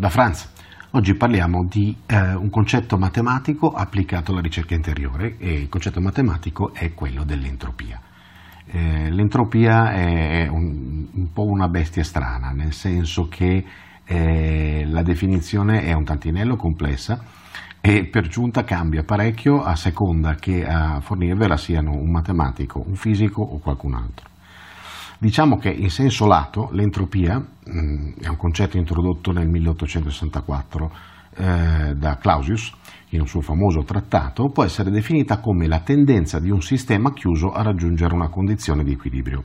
da Franz. Oggi parliamo di un concetto matematico applicato alla ricerca interiore, e il concetto matematico è quello dell'entropia. L'entropia è un po' una bestia strana, nel senso che la definizione è un tantinello complessa e per giunta cambia parecchio a seconda che a fornirvela siano un matematico, un fisico o qualcun altro. Diciamo che in senso lato l'entropia è un concetto introdotto nel 1864 da Clausius in un suo famoso trattato, può essere definita come la tendenza di un sistema chiuso a raggiungere una condizione di equilibrio.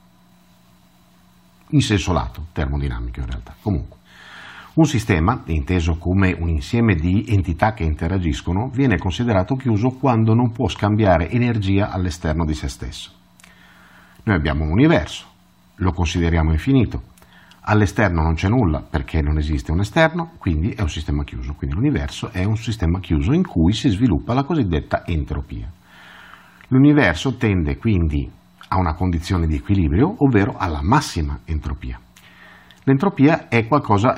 In senso lato, termodinamico in realtà. Comunque, un sistema, inteso come un insieme di entità che interagiscono, viene considerato chiuso quando non può scambiare energia all'esterno di se stesso. Noi abbiamo un universo, lo consideriamo infinito, all'esterno non c'è nulla perché non esiste un esterno, quindi è un sistema chiuso, quindi l'universo è un sistema chiuso in cui si sviluppa la cosiddetta entropia. L'universo tende quindi a una condizione di equilibrio, ovvero alla massima entropia. L'entropia è qualcosa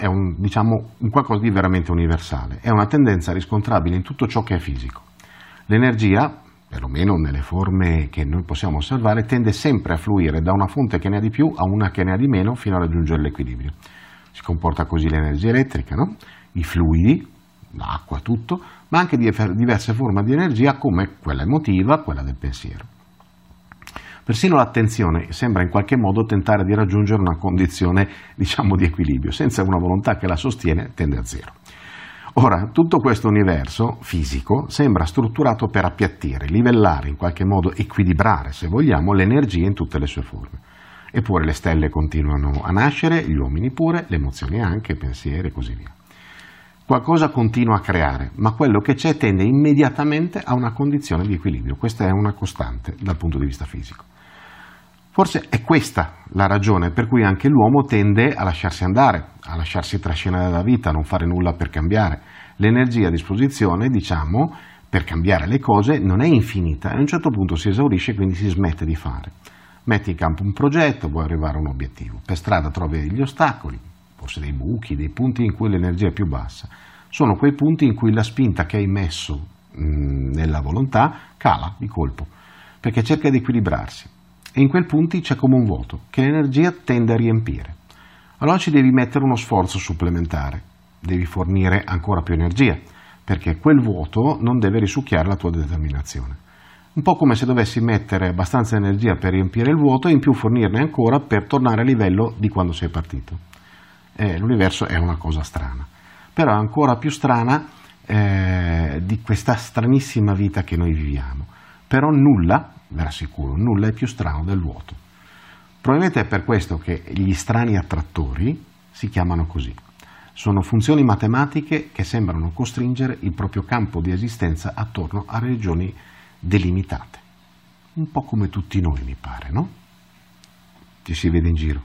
di veramente universale, è una tendenza riscontrabile in tutto ciò che è fisico. L'energia, perlomeno nelle forme che noi possiamo osservare, tende sempre a fluire da una fonte che ne ha di più a una che ne ha di meno fino a raggiungere l'equilibrio. Si comporta così l'energia elettrica, no? I fluidi, l'acqua, tutto, ma anche diverse forme di energia come quella emotiva, quella del pensiero. Persino l'attenzione sembra in qualche modo tentare di raggiungere una condizione, di equilibrio, senza una volontà che la sostiene tende a zero. Ora, tutto questo universo fisico sembra strutturato per appiattire, livellare, in qualche modo equilibrare, se vogliamo, l'energia in tutte le sue forme. Eppure le stelle continuano a nascere, gli uomini pure, le emozioni anche, i pensieri e così via. Qualcosa continua a creare, ma quello che c'è tende immediatamente a una condizione di equilibrio. Questa è una costante dal punto di vista fisico. Forse è questa la ragione per cui anche l'uomo tende a lasciarsi andare, a lasciarsi trascinare dalla vita, a non fare nulla per cambiare. L'energia a disposizione, per cambiare le cose non è infinita e a un certo punto si esaurisce e quindi si smette di fare. Metti in campo un progetto, vuoi arrivare a un obiettivo. Per strada trovi degli ostacoli, forse dei buchi, dei punti in cui l'energia è più bassa. Sono quei punti in cui la spinta che hai messo nella volontà cala di colpo, perché cerca di equilibrarsi. E in quei punti c'è come un vuoto che l'energia tende a riempire. Allora ci devi mettere uno sforzo supplementare, devi fornire ancora più energia, perché quel vuoto non deve risucchiare la tua determinazione. Un po' come se dovessi mettere abbastanza energia per riempire il vuoto e in più fornirne ancora per tornare a livello di quando sei partito. L'universo è una cosa strana, però è ancora più strana di questa stranissima vita che noi viviamo. Però nulla, vi rassicuro, nulla è più strano del vuoto. Probabilmente è per questo che gli strani attrattori si chiamano così. Sono funzioni matematiche che sembrano costringere il proprio campo di esistenza attorno a regioni delimitate. Un po' come tutti noi, mi pare, no? Ci si vede in giro.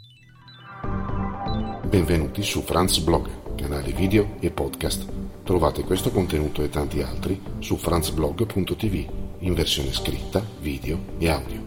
Benvenuti su Franz Blog, canale video e podcast. Trovate questo contenuto e tanti altri su franzblog.tv in versione scritta, video e audio.